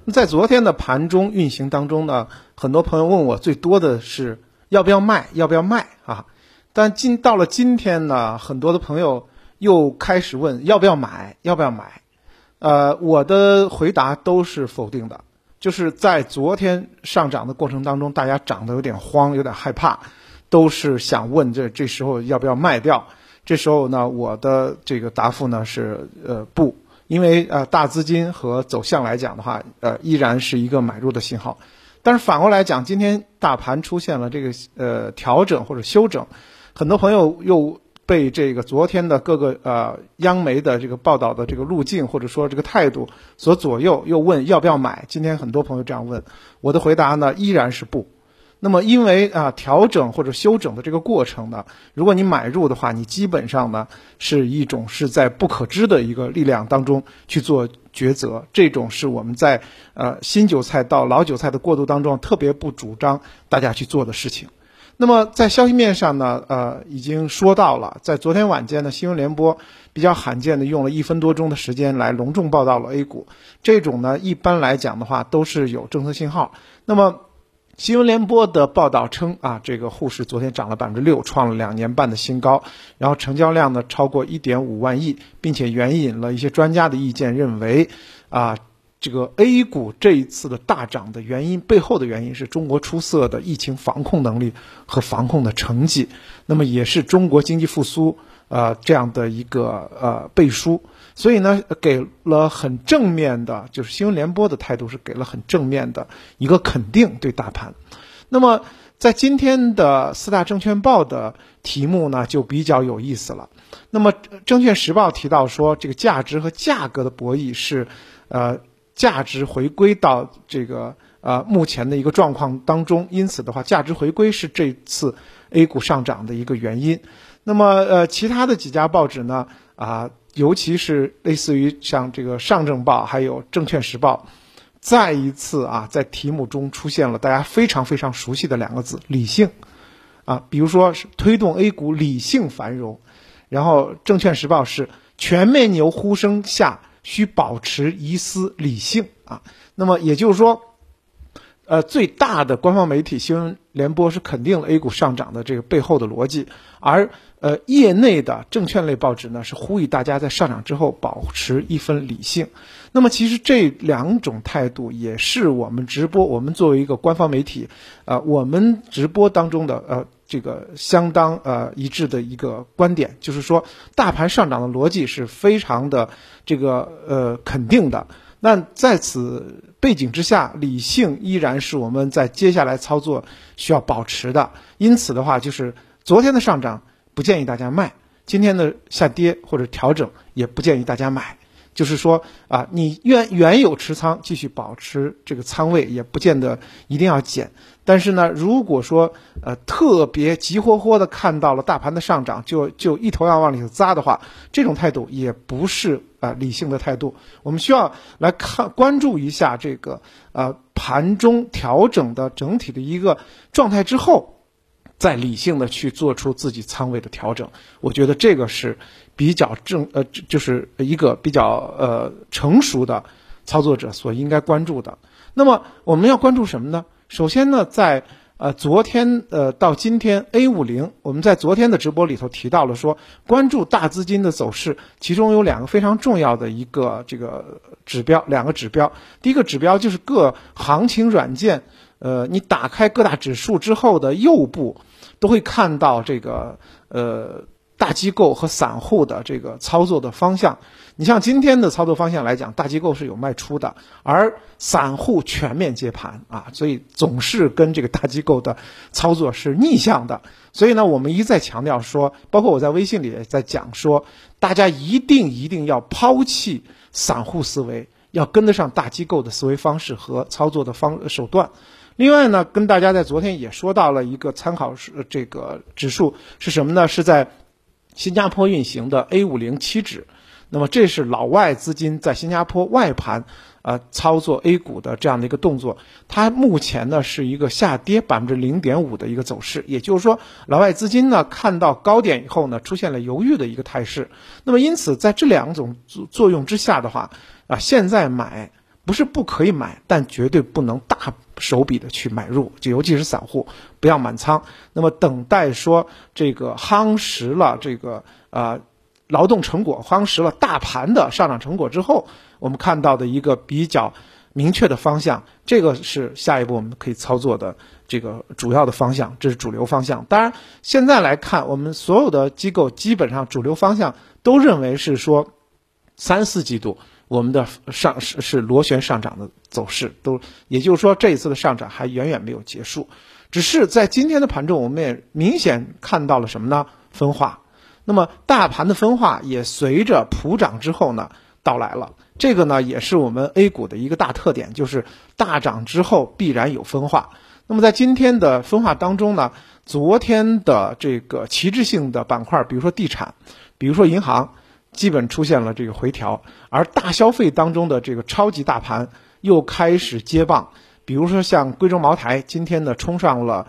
在昨天的盘中运行当中呢，很多朋友问我最多的是要不要卖，要不要卖啊？但到了今天呢，很多的朋友又开始问要不要买，要不要买？我的回答都是否定的，就是在昨天上涨的过程当中，大家涨得有点慌，有点害怕，都是想问这时候要不要卖掉？这时候呢，我的这个答复呢是不。因为大资金和走向来讲的话，依然是一个买入的信号。但是反过来讲，今天大盘出现了这个调整或者修整，很多朋友又被这个昨天的各个央媒的这个报道的这个路径或者说这个态度所左右，又问要不要买。今天很多朋友这样问，我的回答呢依然是不。那么因为调整或者修整的这个过程呢，如果你买入的话，你基本上呢是在不可知的一个力量当中去做抉择，这种是我们在新韭菜到老韭菜的过渡当中特别不主张大家去做的事情。那么在消息面上呢，已经说到了，在昨天晚间呢，新闻联播比较罕见的用了1分多钟的时间来隆重报道了 A 股，这种呢一般来讲的话都是有政策信号。那么新闻联播的报道称这个沪市昨天涨了6%，创了2年半的新高，然后成交量呢超过1.5万亿，并且援引了一些专家的意见，认为这个 A 股这一次的大涨的原因，背后的原因是中国出色的疫情防控能力和防控的成绩，那么也是中国经济复苏这样的一个背书。所以呢，给了很正面的，就是新闻联播的态度是给了很正面的一个肯定对大盘。那么在今天的4大证券报的题目呢就比较有意思了。那么证券时报提到说，这个价值和价格的博弈是价值回归到这个目前的一个状况当中，因此的话价值回归是这次 A 股上涨的一个原因。那么其他的几家报纸呢尤其是类似于像这个上证报还有证券时报，再一次在题目中出现了大家非常非常熟悉的2个字，理性比如说是推动 A 股理性繁荣，然后证券时报是全面牛呼声下需保持一丝理性那么也就是说最大的官方媒体新闻联播是肯定了 A 股上涨的这个背后的逻辑，而业内的证券类报纸呢是呼吁大家在上涨之后保持一分理性。那么其实这2种态度也是我们直播，我们作为一个官方媒体我们直播当中的这个相当一致的一个观点，就是说大盘上涨的逻辑是非常的这个肯定的。那在此背景之下，理性依然是我们在接下来操作需要保持的。因此的话，就是昨天的上涨不建议大家卖，今天的下跌或者调整也不建议大家买。就是说你原有持仓继续保持这个仓位，也不见得一定要减。但是呢，如果说特别急火火的看到了大盘的上涨就一头要往里头扎的话，这种态度也不是理性的态度。我们需要来关注一下这个盘中调整的整体的一个状态之后，再理性的去做出自己仓位的调整。我觉得这个是比较就是一个比较成熟的操作者所应该关注的。那么我们要关注什么呢？首先呢，在昨天到今天 A50， 我们在昨天的直播里头提到了说，关注大资金的走势，其中有2个非常重要的一个这个指标，2个指标。第一个指标就是各行情软件你打开各大指数之后的右部都会看到这个大机构和散户的这个操作的方向。你像今天的操作方向来讲，大机构是有卖出的，而散户全面接盘所以总是跟这个大机构的操作是逆向的。所以呢，我们一再强调说，包括我在微信里也在讲说，大家一定要抛弃散户思维，要跟得上大机构的思维方式和操作的手段。另外呢，跟大家在昨天也说到了一个参考这个指数是什么呢？是在新加坡运行的 A50期指。那么这是老外资金在新加坡外盘操作 A 股的这样的一个动作，它目前呢是一个下跌 0.5% 的一个走势，也就是说老外资金呢看到高点以后呢出现了犹豫的一个态势。那么因此在这2种作用之下的话现在买不是不可以买，但绝对不能大手笔的去买入，就尤其是散户不要满仓。那么等待说这个夯实了这个劳动成果，夯实了大盘的上涨成果之后，我们看到的一个比较明确的方向，这个是下一步我们可以操作的这个主要的方向，这是主流方向。当然现在来看，我们所有的机构基本上主流方向都认为是说3、4季度我们的是螺旋上涨的走势，也就是说这一次的上涨还远远没有结束。只是在今天的盘中，我们也明显看到了什么呢？分化。那么大盘的分化也随着普涨之后呢到来了。这个呢也是我们 A 股的一个大特点，就是大涨之后必然有分化。那么在今天的分化当中呢，昨天的这个旗帜性的板块，比如说地产，比如说银行，基本出现了这个回调，而大消费当中的这个超级大盘又开始接棒。比如说像贵州茅台，今天呢冲上了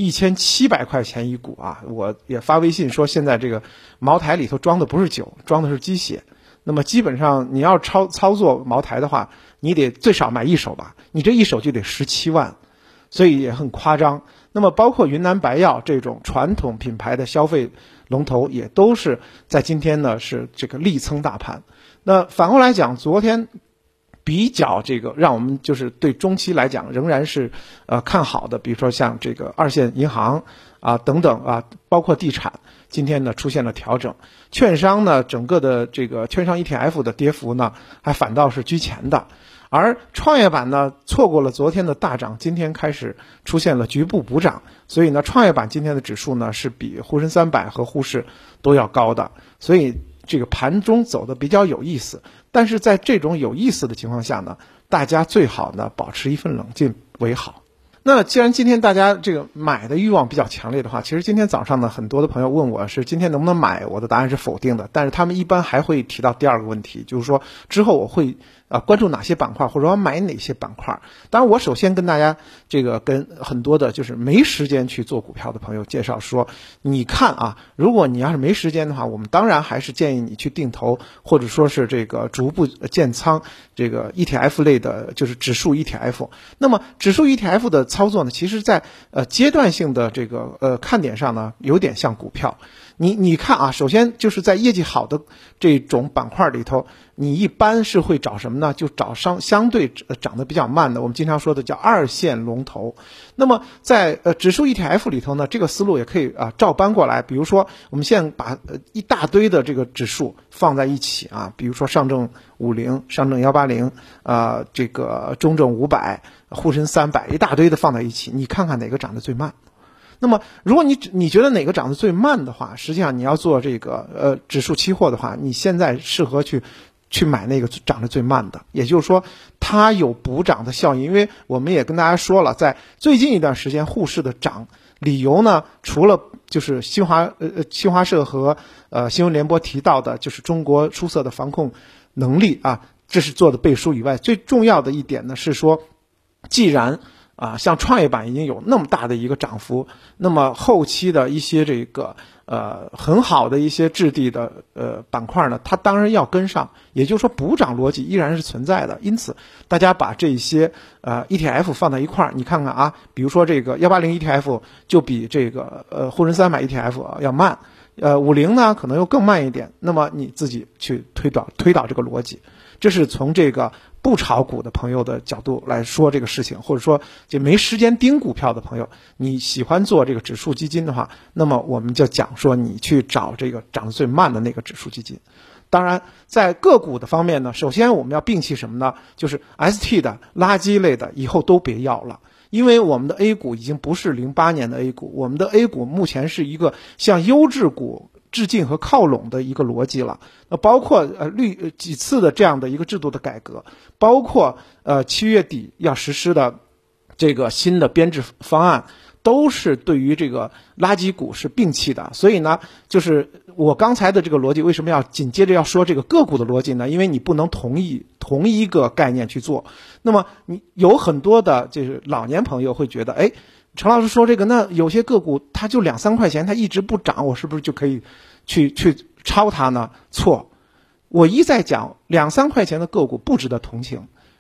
1700块钱一股啊！我也发微信说，现在这个茅台里头装的不是酒，装的是鸡血。那么基本上你要操作茅台的话，你得最少买1手吧，你这1手就得17万，所以也很夸张。那么包括云南白药这种传统品牌的消费龙头，也都是在今天呢是这个力撑大盘。那反过来讲，昨天比较这个让我们就是对中期来讲仍然是看好的，比如说像这个二线银行啊等等啊，包括地产，今天呢出现了调整。券商呢整个的这个券商 ETF 的跌幅呢还反倒是居前的，而创业板呢错过了昨天的大涨，今天开始出现了局部补涨，所以呢创业板今天的指数呢是比沪深300和沪市都要高的，所以这个盘中走的比较有意思。但是在这种有意思的情况下呢，大家最好呢保持一份冷静为好。那既然今天大家这个买的欲望比较强烈的话，其实今天早上呢很多的朋友问我是今天能不能买，我的答案是否定的。但是他们一般还会提到第二个问题，就是说之后我会关注哪些板块，或者说买哪些板块。当然我首先跟大家跟很多的就是没时间去做股票的朋友介绍说，你看啊，如果你要是没时间的话，我们当然还是建议你去定投，或者说是这个逐步建仓这个 ETF 类的，就是指数 ETF。那么指数 ETF 的操作呢，其实在阶段性的这个看点上呢，有点像股票。你看啊，首先就是在业绩好的这种板块里头，你一般是会找什么呢？就找相对涨得比较慢的，我们经常说的叫二线龙头。那么在指数 ETF 里头呢，这个思路也可以照搬过来。比如说我们现在把一大堆的这个指数放在一起啊，比如说上证50、上证180这个中证500、沪深300，一大堆的放在一起，你看看哪个涨得最慢。那么如果你觉得哪个涨得最慢的话，实际上你要做这个指数期货的话，你现在适合去买那个涨得最慢的，也就是说它有补涨的效应。因为我们也跟大家说了，在最近一段时间沪市的涨理由呢，除了就是新华社和新闻联播提到的就是中国出色的防控能力啊，这是做的背书以外，最重要的一点呢是说，既然像创业板已经有那么大的一个涨幅，那么后期的一些这个很好的一些质地的板块呢，它当然要跟上，也就是说补涨逻辑依然是存在的。因此大家把这些ETF 放在一块儿，你看看啊，比如说这个180 ETF 就比这个沪深300 ETF 要慢，50呢可能又更慢一点，那么你自己去推导这个逻辑。这是从这个不炒股的朋友的角度来说这个事情，或者说就没时间盯股票的朋友，你喜欢做这个指数基金的话，那么我们就讲说你去找这个涨得最慢的那个指数基金。当然在个股的方面呢，首先我们要摒弃什么呢？就是 ST 的垃圾类的以后都别要了，因为我们的 A 股已经不是08年的 A 股，我们的 A 股目前是一个向优质股致敬和靠拢的一个逻辑了。那包括几次的这样的一个制度的改革，包括7月底要实施的这个新的编制方案，都是对于这个垃圾股是摒弃的。所以呢，就是我刚才的这个逻辑为什么要紧接着要说这个个股的逻辑呢？因为你不能同一个概念去做。那么你有很多的就是老年朋友会觉得，陈老师说这个，那有些个股它就2-3块钱，它一直不涨，我是不是就可以去抄它呢？错，我一再讲2-3块钱的个股不值得同情，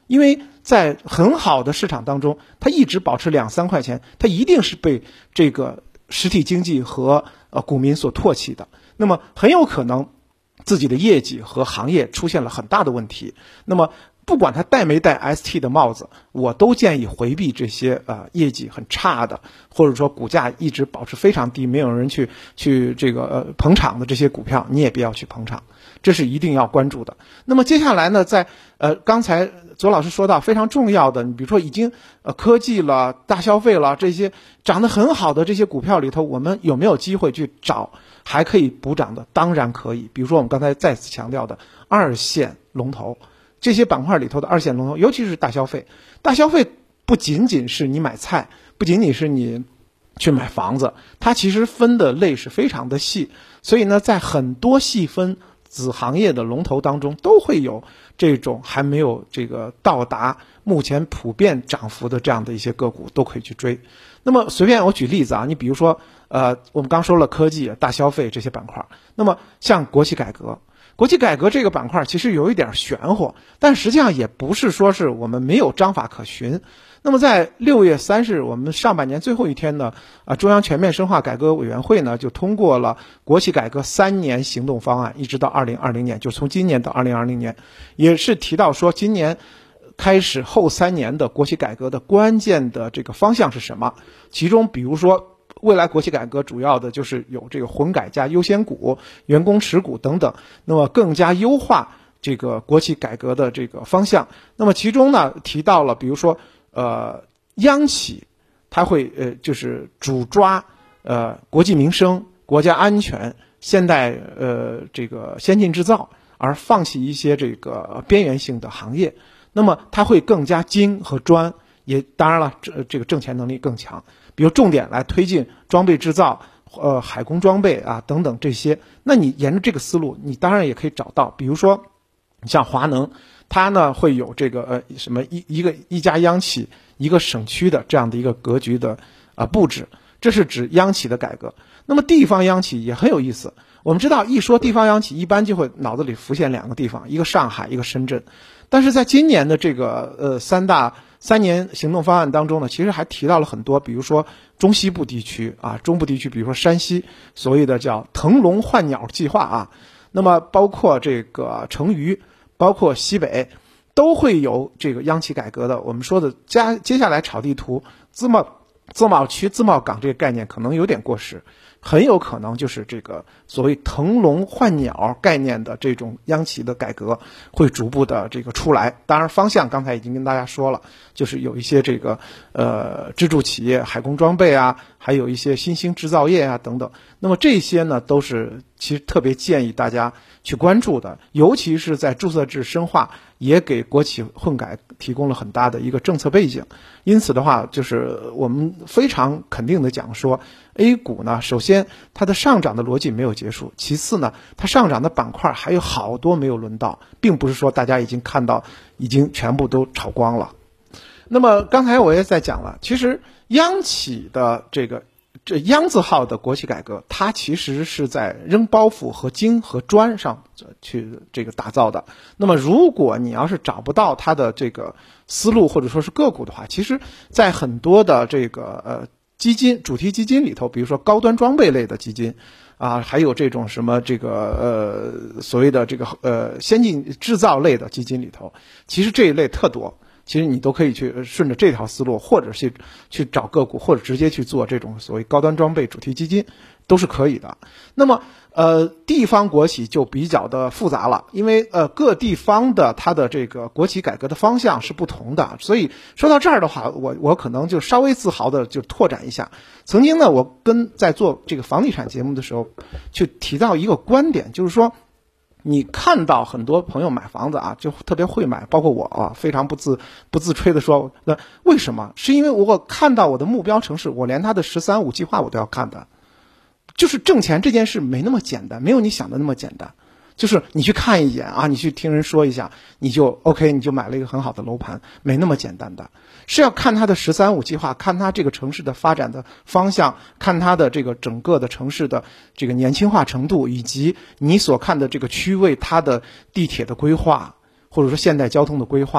因为在很好的市场当中，它一直保持2-3块钱，它一定是被这个实体经济和股民所唾弃的。那么很有可能自己的业绩和行业出现了很大的问题。那么不管他戴没戴 ST 的帽子，我都建议回避这些业绩很差的，或者说股价一直保持非常低，没有人去这个捧场的这些股票，你也不要去捧场，这是一定要关注的。那么接下来呢，在刚才左老师说到非常重要的，你比如说已经科技了、大消费了这些涨得很好的这些股票里头，我们有没有机会去找还可以补涨的？当然可以。比如说我们刚才再次强调的二线龙头。这些板块里头的二线龙头，尤其是大消费，大消费不仅仅是你买菜，不仅仅是你去买房子，它其实分的类是非常的细，所以呢，在很多细分子行业的龙头当中，都会有这种还没有这个到达目前普遍涨幅的这样的一些个股，都可以去追。那么随便我举例子啊，你比如说我们刚说了科技、大消费这些板块，那么像国企改革。国企改革这个板块其实有一点玄乎，但实际上也不是说是我们没有章法可循。那么在6月3日，我们上半年最后一天呢，中央全面深化改革委员会呢就通过了国企改革3年行动方案，一直到2020年，就从今年到2020年，也是提到说今年开始后3年的国企改革的关键的这个方向是什么？其中比如说。未来国企改革主要的就是有这个混改加优先股、员工持股等等，那么更加优化这个国企改革的这个方向。那么其中呢提到了，比如说央企它会就是主抓国计民生、国家安全、现代这个先进制造，而放弃一些这个边缘性的行业。那么它会更加精和专，也当然了，这个挣钱能力更强。比如重点来推进装备制造、海工装备啊等等这些，那你沿着这个思路，你当然也可以找到，比如说像华能，它呢会有这个什么一家央企一个省区的这样的一个格局的布置，这是指央企的改革。那么地方央企也很有意思，我们知道一说地方央企，一般就会脑子里浮现2个地方，一个上海，一个深圳。但是在今年的这个3年行动方案当中呢，其实还提到了很多，比如说中西部地区啊，中部地区，比如说山西，所谓的叫腾笼换鸟计划啊，那么包括这个成渝，包括西北，都会有这个央企改革的。我们说的接下来炒地图，自贸区、自贸港这个概念可能有点过时。很有可能就是这个所谓腾笼换鸟概念的这种央企的改革会逐步的这个出来。当然方向刚才已经跟大家说了，就是有一些这个支柱企业、海工装备啊，还有一些新兴制造业啊等等。那么这些呢都是其实特别建议大家去关注的，尤其是在注册制深化也给国企混改提供了很大的一个政策背景。因此的话，就是我们非常肯定的讲说 A 股呢，首先它的上涨的逻辑没有结束，其次呢，它上涨的板块还有好多没有轮到，并不是说大家已经看到已经全部都炒光了。那么刚才我也在讲了，其实央企的这央字号的国企改革，它其实是在扔包袱和精和专上去这个打造的。那么如果你要是找不到它的这个思路或者说是个股的话，其实在很多的这个基金、主题基金里头，比如说高端装备类的基金啊，还有这种什么这个所谓的这个先进制造类的基金里头，其实这一类特多。其实你都可以去顺着这条思路，或者去找个股，或者直接去做这种所谓高端装备主题基金，都是可以的。那么地方国企就比较的复杂了，因为各地方的它的这个国企改革的方向是不同的，所以说到这儿的话，我可能就稍微自豪的就拓展一下。曾经呢，我在做这个房地产节目的时候，去提到一个观点，就是说，你看到很多朋友买房子啊，就特别会买，包括我啊，非常不自吹的说，那为什么？是因为我看到我的目标城市，我连它的“13+5”计划我都要看的。就是挣钱这件事没那么简单，没有你想的那么简单。就是你去看一眼啊，你去听人说一下，你就 OK， 你就买了一个很好的楼盘，没那么简单的。是要看它的“13+5”计划，看它这个城市的发展的方向，看它的这个整个的城市的这个年轻化程度，以及你所看的这个区位它的地铁的规划，或者说现代交通的规划，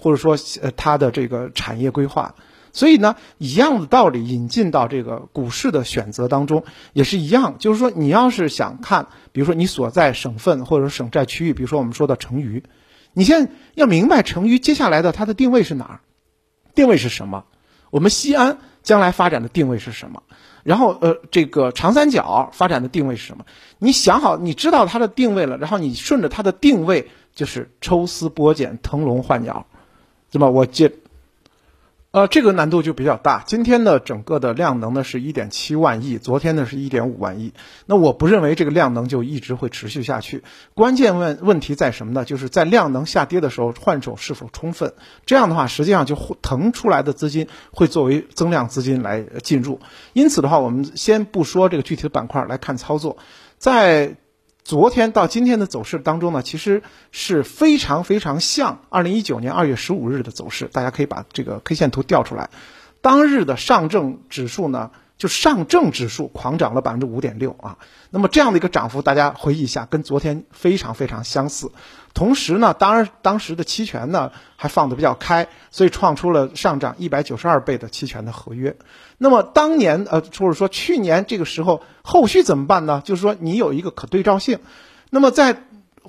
或者说它的这个产业规划。所以呢，一样的道理引进到这个股市的选择当中也是一样，就是说你要是想看，比如说你所在省份或者省寨区域，比如说我们说的成渝，你现在要明白成渝接下来的它的定位是哪儿，定位是什么，我们西安将来发展的定位是什么，然后这个长三角发展的定位是什么，你想好你知道它的定位了，然后你顺着它的定位就是抽丝剥茧，腾笼换鸟，对吧？这个难度就比较大。今天的整个的量能呢是 1.7 万亿，昨天呢是 1.5 万亿。那我不认为这个量能就一直会持续下去。关键问题在什么呢？就是在量能下跌的时候，换手是否充分。这样的话，实际上就腾出来的资金会作为增量资金来进入。因此的话，我们先不说这个具体的板块来看操作，在昨天到今天的走势当中呢，其实是非常非常像2019年2月15日的走势。大家可以把这个 K 线图调出来，当日的上证指数呢，就上证指数狂涨了 5.6% 啊。那么这样的一个涨幅，大家回忆一下，跟昨天非常非常相似。同时呢，当时的期权呢还放得比较开，所以创出了上涨192倍的期权的合约。那么当年或者说去年这个时候后续怎么办呢？就是说你有一个可对照性。那么在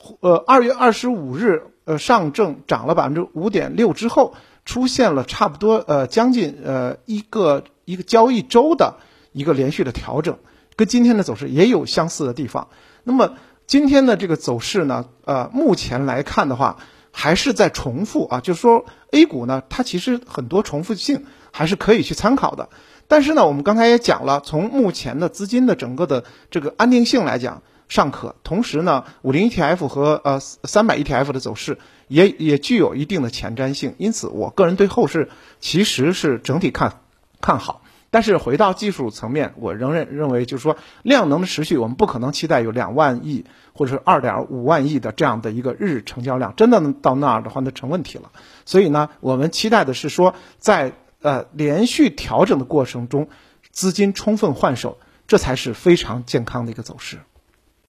2月25日上证涨了 5.6% 之后，出现了差不多将近一个交易周的一个连续的调整，跟今天的走势也有相似的地方。那么今天的这个走势呢，目前来看的话，还是在重复啊，就是说 A 股呢，它其实很多重复性还是可以去参考的。但是呢，我们刚才也讲了，从目前的资金的整个的这个安定性来讲，尚可。同时呢，50 ETF 和300 ETF 的走势也具有一定的前瞻性。因此，我个人对后市其实是整体看好。但是回到技术层面，我仍然认为就是说量能的持续，我们不可能期待有2万亿或者是 2.5 万亿的这样的一个日成交量，真的到那儿的话，那成问题了。所以呢，我们期待的是说，在连续调整的过程中，资金充分换手，这才是非常健康的一个走势。